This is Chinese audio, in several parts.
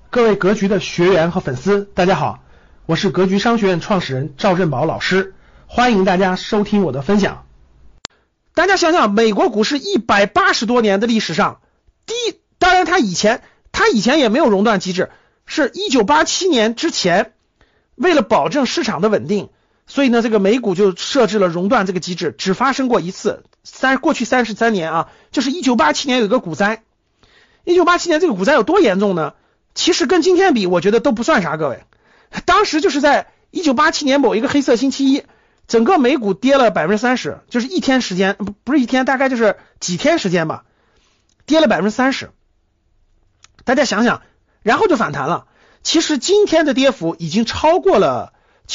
各位格局的学员和粉丝，大家好，我是格局商学院创始人赵振宝老师，欢迎大家收听我的分享。大家想想，美国股市180多年的历史上，当然它以前也没有熔断机制，是1987年之前，为了保证市场的稳定，所以呢，这个美股就设置了熔断这个机制，只发生过一次，过去33年啊，就是1987年有一个股灾。1987年这个股灾有多严重呢？其实跟今天比，我觉得都不算啥，各位。当时就是在1987年某一个黑色星期一，整个美股跌了 30%， 就是一天时间，不是一天，大概就是几天时间吧，跌了 30%。大家想想，然后就反弹了。其实今天的跌幅已经超过了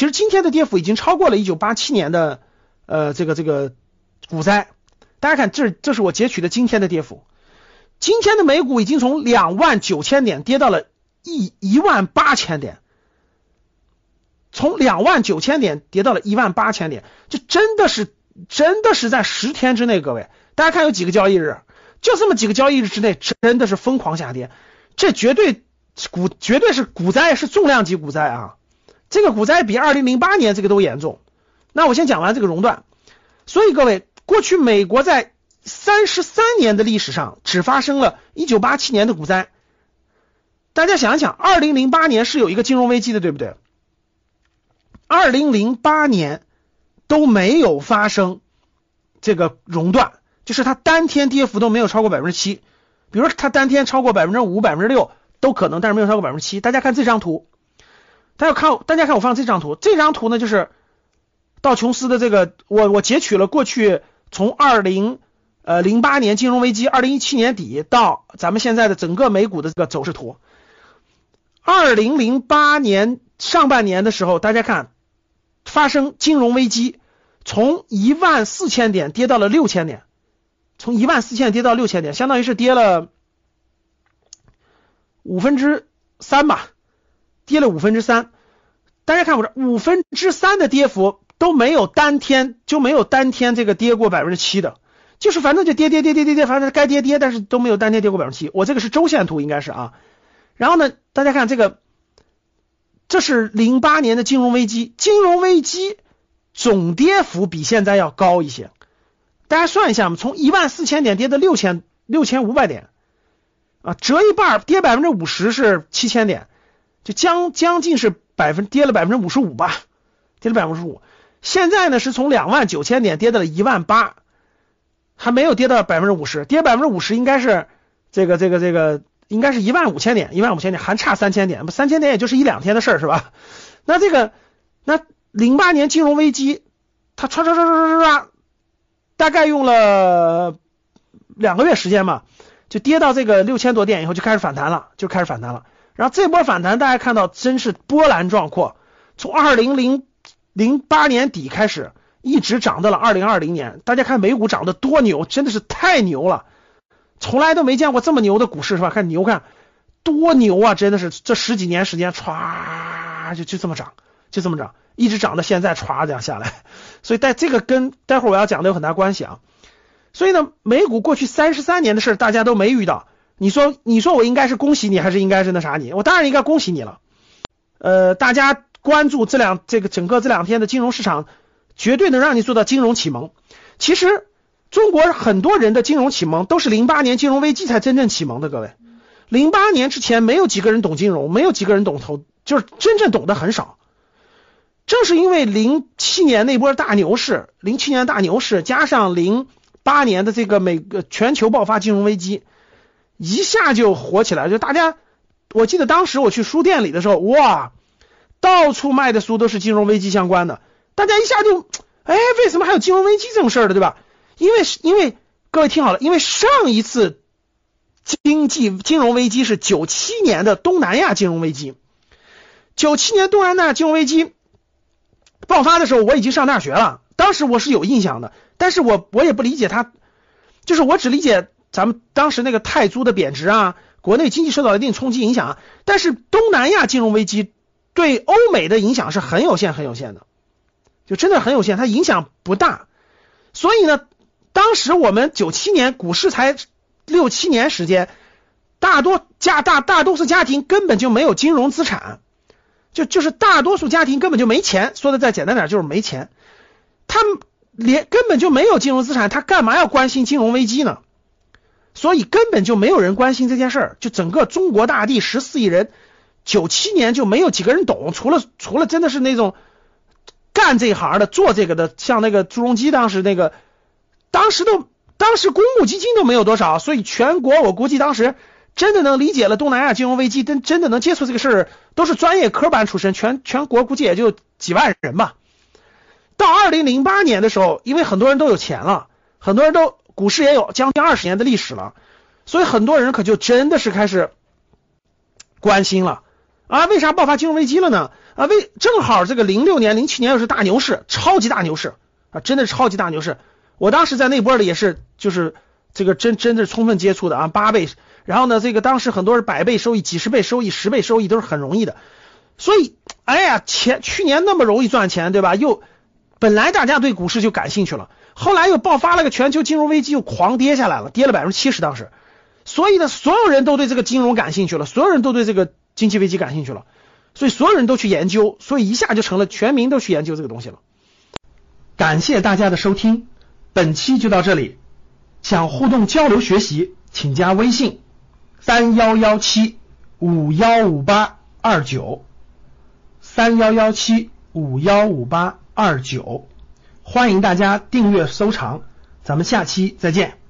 1987年的这个股灾。大家看，这是我截取的今天的跌幅。今天的美股已经从29000点跌到了18000点，从29000点跌到了18000点，这真的是在10天之内，各位，大家看有几个交易日，就这么几个交易日之内，真的是疯狂下跌，这绝对是股灾，是重量级股灾啊！这个股灾比2008年这个都严重。那我先讲完这个熔断。所以各位，过去美国在33年的历史上只发生了1987年的股灾。大家想一想，2008年是有一个金融危机的，对不对？2008年都没有发生这个熔断，就是它单天跌幅都没有超过 7%， 比如说它单天超过 5%、6% 都可能，但是没有超过 7%。大家看这张图，大家看我放这张图，这张图呢就是道琼斯的这个，我截取了过去从2008年金融危机2017年底到咱们现在的整个美股的这个走势图。2008年上半年的时候，大家看发生金融危机，从14000点跌到了6000点，从14000跌到6000点，相当于是跌了3%吧，跌了3%。大家看我这3%的跌幅都没有单天这个跌过 7% 的，就是反正就跌，反正该跌，但是都没有单天跌过 7%。我这个是周线图应该是啊。然后呢，大家看这是08年的金融危机总跌幅比现在要高一些。大家算一下，从14000点跌到6500点啊，折一半，跌 50% 是7000点，就将近是跌了 55% 吧，跌了 55%。现在呢是从29000点跌到了18000，还没有跌到 50%， 跌 50% 应该是这个应该是15000点，还差3000点，3000点也就是1-2天的事儿，是吧？那08年金融危机，它唰，大概用了2个月时间嘛，就跌到这个6000多点以后就开始反弹了。然后这波反弹大家看到真是波澜壮阔，从2008年底开始一直涨到了2020年。大家看美股涨得多牛，真的是太牛了，从来都没见过这么牛的股市，是吧？看多牛啊，真的是这10几年时间歘就这么涨，一直涨到现在歘这样下来。所以这个跟待会儿我要讲的有很大关系啊。所以呢，美股过去33年的事大家都没遇到，你说我应该是恭喜你，还是应该是那啥你？我当然应该恭喜你了。大家关注整个这2天的金融市场，绝对能让你做到金融启蒙。其实中国很多人的金融启蒙都是08年金融危机才真正启蒙的，各位。08年之前没有几个人懂金融，没有几个人懂投，就是真正懂得很少。正是因为07年那波大牛市加上08年的这个全球爆发金融危机，一下就火起来。就大家，我记得当时我去书店里的时候，哇，到处卖的书都是金融危机相关的，大家一下就为什么还有金融危机这种事儿的，对吧？因为各位听好了，因为上一次金融危机是97年的东南亚金融危机。97年东南亚金融危机爆发的时候，我已经上大学了，当时我是有印象的，但是我也不理解它，就是我只理解咱们当时那个泰铢的贬值啊，国内经济受到了一定冲击影响，但是东南亚金融危机对欧美的影响是很有限的，就真的很有限，它影响不大。所以呢，当时我们97年股市才6-7年时间， 大多数家庭根本就没有金融资产，就是大多数家庭根本就没钱，说的再简单点就是没钱，他们根本就没有金融资产，他干嘛要关心金融危机呢？所以根本就没有人关心这件事儿，就整个中国大地14亿人，97年就没有几个人懂，除了真的是那种干这一行的做这个的，像那个朱镕基当时公募基金都没有多少，所以全国我估计当时真的能理解了东南亚金融危机，真的能接触这个事儿，都是专业科班出身，全国估计也就几万人吧。到2008年的时候，因为很多人都有钱了，很多人都股市也有将近20年的历史了，所以很多人可就真的是开始关心了啊。为啥爆发金融危机了呢？啊，正好这个06年、07年又是大牛市，超级大牛市啊，真的是超级大牛市。我当时在那波里也是，就是这个真的是充分接触的啊，8倍。然后呢，这个当时很多是100倍收益、几十倍收益、10倍收益都是很容易的。所以，哎呀，去年那么容易赚钱，对吧？本来大家对股市就感兴趣了，后来又爆发了个全球金融危机，又狂跌下来了，跌了70%当时。所以呢，所有人都对这个金融感兴趣了，所有人都对这个经济危机感兴趣了，所以所有人都去研究，所以一下就成了全民都去研究这个东西了。感谢大家的收听，本期就到这里。想互动交流学习，请加微信3117-515829，3117-515829，欢迎大家订阅收藏，咱们下期再见。